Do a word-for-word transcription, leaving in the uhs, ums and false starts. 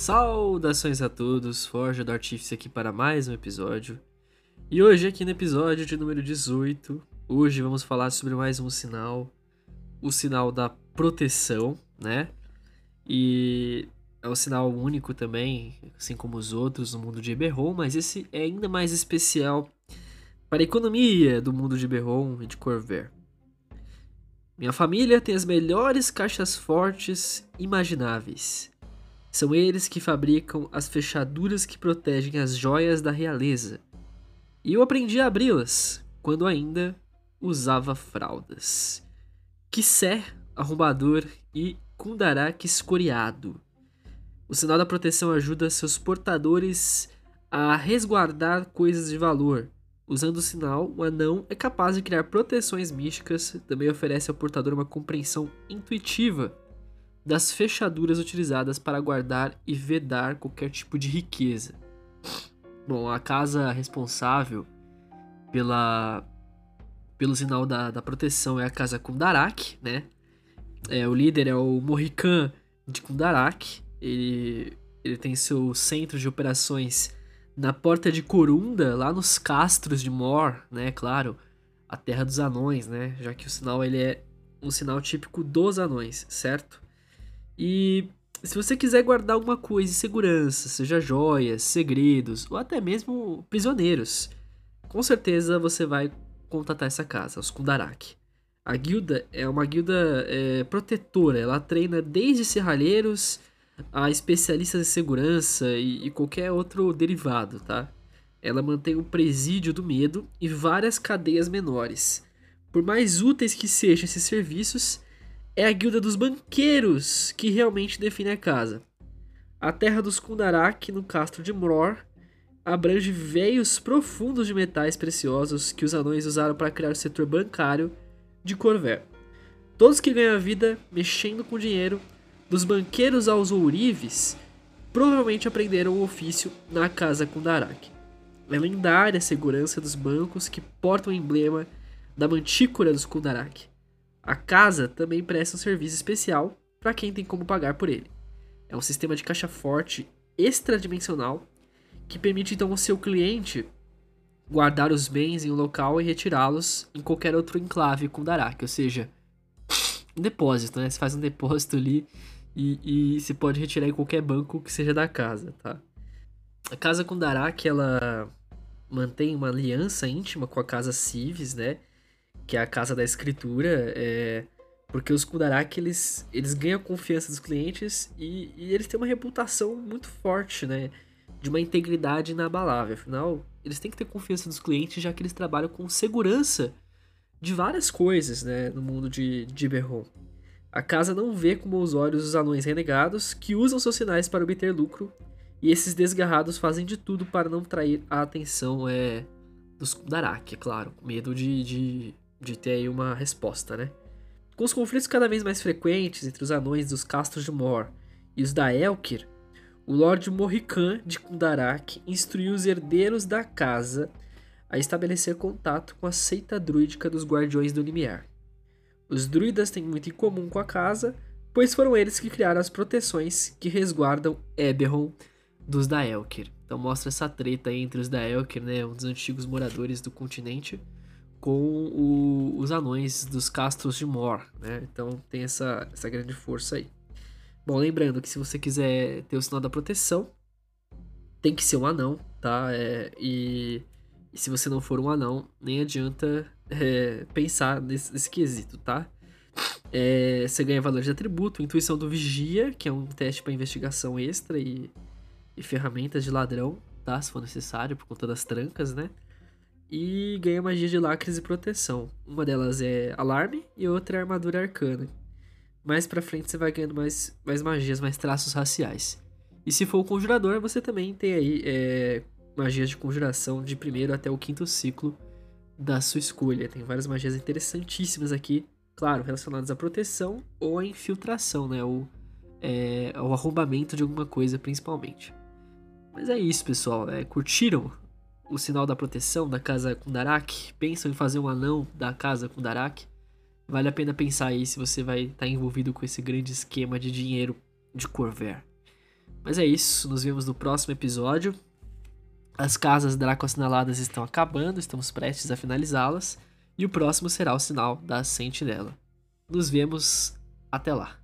Saudações a todos, Forja do Artífice aqui para mais um episódio. E hoje aqui no episódio de número dezoito, hoje vamos falar sobre mais um sinal, o sinal da proteção, né? E é um sinal único também, assim como os outros no mundo de Eberron, mas esse é ainda mais especial para a economia do mundo de Eberron e de Khorvaire. Minha família tem as melhores caixas fortes imagináveis. São eles que fabricam as fechaduras que protegem as joias da realeza. E eu aprendi a abri-las quando ainda usava fraldas. Quissé, arrombador e Kundarak escoriado. O sinal da proteção ajuda seus portadores a resguardar coisas de valor. Usando o sinal, o anão é capaz de criar proteções místicas, também oferece ao portador uma compreensão intuitiva das fechaduras utilizadas para guardar e vedar qualquer tipo de riqueza. Bom, a casa responsável pela, pelo sinal da, da proteção é a casa Kundarak, né? É, o líder é o Morrican de Kundarak. Ele, ele tem seu centro de operações na Porta de Corunda, lá nos castros de Mor, né? Claro, a terra dos anões, né? Já que o sinal ele é um sinal típico dos anões, certo? E se você quiser guardar alguma coisa em segurança, seja joias, segredos ou até mesmo prisioneiros, com certeza você vai contatar essa casa, os Kundarak. A guilda é uma guilda é, protetora, ela treina desde serralheiros a especialistas em segurança e, e qualquer outro derivado, tá? Ela mantém o presídio do medo e várias cadeias menores. Por mais úteis que sejam esses serviços, é a guilda dos banqueiros que realmente define a casa. A terra dos Kundarak, no castro de Mror, abrange veios profundos de metais preciosos que os anões usaram para criar o setor bancário de Khorvaire. Todos que ganham a vida mexendo com dinheiro, dos banqueiros aos ourives, provavelmente aprenderam o ofício na casa Kundarak. É lendária a segurança dos bancos que portam o emblema da mantícora dos Kundarak. A casa também presta um serviço especial para quem tem como pagar por ele. É um sistema de caixa forte extradimensional que permite então ao seu cliente guardar os bens em um local e retirá-los em qualquer outro enclave Kundarak, ou seja, um depósito, né? Você faz um depósito ali e, e você pode retirar em qualquer banco que seja da casa, tá? A casa Kundarak, ela mantém uma aliança íntima com a casa Cives, né? Que é a casa da escritura, é, porque os Kundarak, eles, eles ganham a confiança dos clientes e, e eles têm uma reputação muito forte, né, de uma integridade inabalável. Afinal, eles têm que ter confiança dos clientes, já que eles trabalham com segurança de várias coisas, né, no mundo de, de Eberron. A casa não vê com bons olhos os anões renegados, que usam seus sinais para obter lucro, e esses desgarrados fazem de tudo para não trair a atenção é, dos Kundarak, é claro, com medo de... de de ter aí uma resposta, né? Com os conflitos cada vez mais frequentes entre os anões dos castros de Mor e os da Elkir, o Lorde Morrican de Kundarak instruiu os herdeiros da casa a estabelecer contato com a seita druídica dos Guardiões do Limiar. Os druidas têm muito em comum com a casa, pois foram eles que criaram as proteções que resguardam Eberron dos da Elkir. Então mostra essa treta entre os da Elkir, né, um dos antigos moradores do continente, com o, os anões dos castros de Mor, né? Então tem essa, essa grande força aí. Bom, lembrando que se você quiser ter o sinal da proteção, tem que ser um anão, tá? É, e, e se você não for um anão, nem adianta é, pensar nesse, nesse quesito, tá? É, você ganha valor de atributo, intuição do vigia, que é um teste para investigação extra e, e ferramentas de ladrão, tá? Se for necessário, por conta das trancas, né? E ganha magia de lacres e proteção. Uma delas é alarme e outra é armadura arcana. Mais pra frente você vai ganhando mais, mais magias, mais traços raciais. E se for o conjurador, você também tem aí é, magias de conjuração de primeiro até o quinto ciclo da sua escolha. Tem várias magias interessantíssimas aqui, claro, relacionadas à proteção ou à infiltração, né? Ou é, ao arrombamento de alguma coisa, principalmente. Mas é isso, pessoal. É, curtiram o sinal da proteção da casa Kundarak? Pensam em fazer um anão da casa Kundarak? Vale a pena pensar aí se você vai estar envolvido com esse grande esquema de dinheiro de Khorvaire. Mas é isso, nos vemos no próximo episódio. As casas Draco assinaladas estão acabando, estamos prestes a finalizá-las. E o próximo será o sinal da Sentinela. Nos vemos até lá.